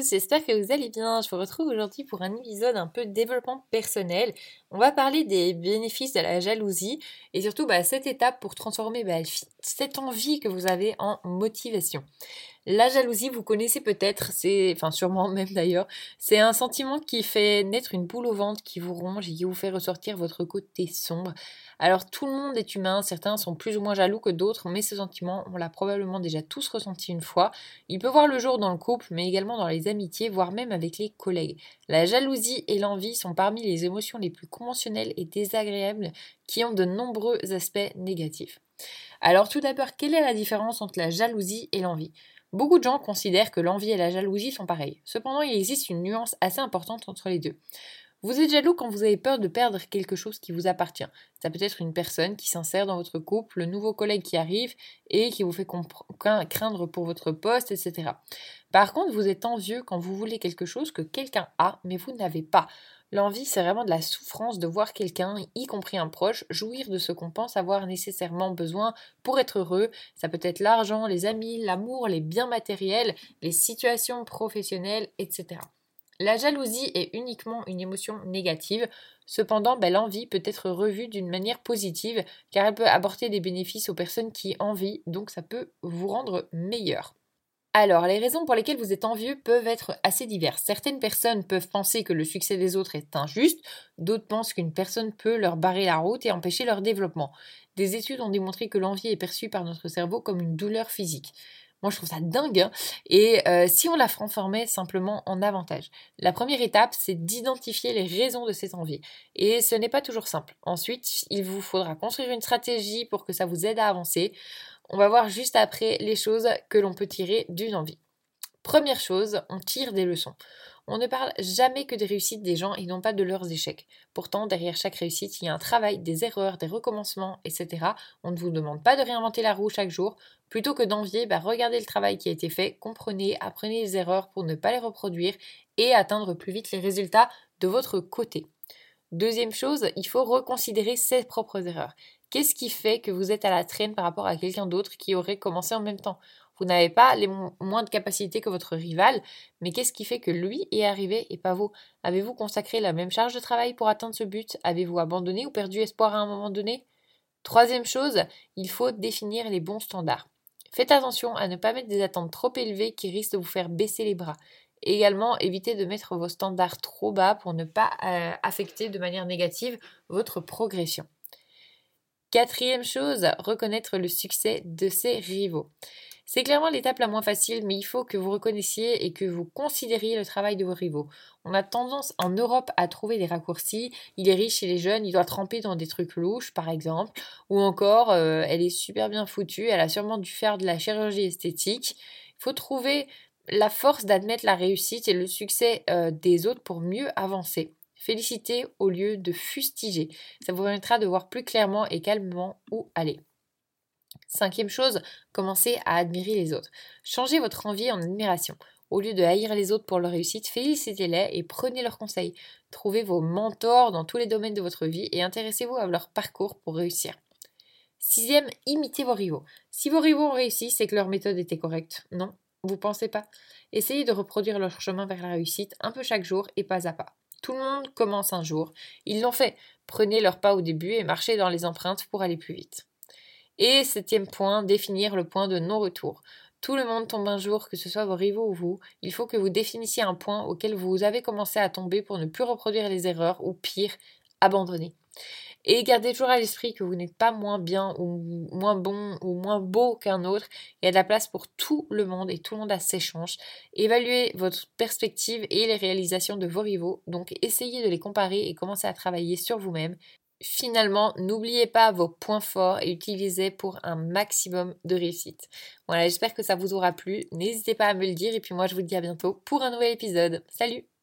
tous, j'espère que vous allez bien. Je vous retrouve aujourd'hui pour un épisode un peu développement personnel. On va parler des bénéfices de la jalousie et surtout cette étape pour transformer cette envie que vous avez en motivation. La jalousie, vous connaissez peut-être, sûrement même d'ailleurs, c'est un sentiment qui fait naître une boule au ventre, qui vous ronge et qui vous fait ressortir votre côté sombre. Alors tout le monde est humain, certains sont plus ou moins jaloux que d'autres, mais ce sentiment, on l'a probablement déjà tous ressenti une fois. Il peut voir le jour dans le couple, mais également dans les amitiés, voire même avec les collègues. La jalousie et l'envie sont parmi les émotions les plus conventionnelles et désagréables qui ont de nombreux aspects négatifs. Alors tout d'abord, quelle est la différence entre la jalousie et l'envie ? Beaucoup de gens considèrent que l'envie et la jalousie sont pareilles. Cependant, il existe une nuance assez importante entre les deux. Vous êtes jaloux quand vous avez peur de perdre quelque chose qui vous appartient. Ça peut être une personne qui s'insère dans votre couple, le nouveau collègue qui arrive et qui vous fait craindre pour votre poste, etc. Par contre, vous êtes envieux quand vous voulez quelque chose que quelqu'un a, mais vous n'avez pas. L'envie, c'est vraiment de la souffrance de voir quelqu'un, y compris un proche, jouir de ce qu'on pense avoir nécessairement besoin pour être heureux. Ça peut être l'argent, les amis, l'amour, les biens matériels, les situations professionnelles, etc. La jalousie est uniquement une émotion négative. Cependant, l'envie peut être revue d'une manière positive car elle peut apporter des bénéfices aux personnes qui envient, donc ça peut vous rendre meilleur. Alors, les raisons pour lesquelles vous êtes envieux peuvent être assez diverses. Certaines personnes peuvent penser que le succès des autres est injuste, d'autres pensent qu'une personne peut leur barrer la route et empêcher leur développement. Des études ont démontré que l'envie est perçue par notre cerveau comme une douleur physique. Moi, je trouve ça dingue, hein. Et si on la transformait simplement en avantage. La première étape, c'est d'identifier les raisons de cette envie. Et ce n'est pas toujours simple. Ensuite, il vous faudra construire une stratégie pour que ça vous aide à avancer. On va voir juste après les choses que l'on peut tirer d'une envie. Première chose, on tire des leçons. On ne parle jamais que des réussites des gens et non pas de leurs échecs. Pourtant, derrière chaque réussite, il y a un travail, des erreurs, des recommencements, etc. On ne vous demande pas de réinventer la roue chaque jour. Plutôt que d'envier, regardez le travail qui a été fait, comprenez, apprenez les erreurs pour ne pas les reproduire et atteindre plus vite les résultats de votre côté. Deuxième chose, il faut reconsidérer ses propres erreurs. Qu'est-ce qui fait que vous êtes à la traîne par rapport à quelqu'un d'autre qui aurait commencé en même temps ? Vous n'avez pas les moins de capacités que votre rival, mais qu'est-ce qui fait que lui est arrivé et pas vous ? Avez-vous consacré la même charge de travail pour atteindre ce but ? Avez-vous abandonné ou perdu espoir à un moment donné ? Troisième chose, il faut définir les bons standards. Faites attention à ne pas mettre des attentes trop élevées qui risquent de vous faire baisser les bras. Et également, évitez de mettre vos standards trop bas pour ne pas affecter de manière négative votre progression. Quatrième chose, reconnaître le succès de ses rivaux. C'est clairement l'étape la moins facile, mais il faut que vous reconnaissiez et que vous considériez le travail de vos rivaux. On a tendance en Europe à trouver des raccourcis. Il est riche, il est jeune, il doit tremper dans des trucs louches, par exemple. Ou encore, elle est super bien foutue, elle a sûrement dû faire de la chirurgie esthétique. Il faut trouver la force d'admettre la réussite et le succès des autres pour mieux avancer. Féliciter au lieu de fustiger. Ça vous permettra de voir plus clairement et calmement où aller. Cinquième chose, commencez à admirer les autres. Changez votre envie en admiration. Au lieu de haïr les autres pour leur réussite, félicitez-les et prenez leurs conseils. Trouvez vos mentors dans tous les domaines de votre vie et intéressez-vous à leur parcours pour réussir. Sixième, imitez vos rivaux. Si vos rivaux ont réussi, c'est que leur méthode était correcte. Non, vous pensez pas. Essayez de reproduire leur chemin vers la réussite un peu chaque jour et pas à pas. Tout le monde commence un jour. Ils l'ont fait. Prenez leur pas au début et marchez dans les empreintes pour aller plus vite. Et septième point, définir le point de non-retour. Tout le monde tombe un jour, que ce soit vos rivaux ou vous. Il faut que vous définissiez un point auquel vous avez commencé à tomber pour ne plus reproduire les erreurs ou pire, abandonner. Et gardez toujours à l'esprit que vous n'êtes pas moins bien ou moins bon ou moins beau qu'un autre. Il y a de la place pour tout le monde et tout le monde a ses chances. Évaluez votre perspective et les réalisations de vos rivaux. Donc essayez de les comparer et commencez à travailler sur vous-même. Finalement, n'oubliez pas vos points forts et utilisez pour un maximum de réussite. Voilà, j'espère que ça vous aura plu. N'hésitez pas à me le dire et puis moi je vous dis à bientôt pour un nouvel épisode. Salut!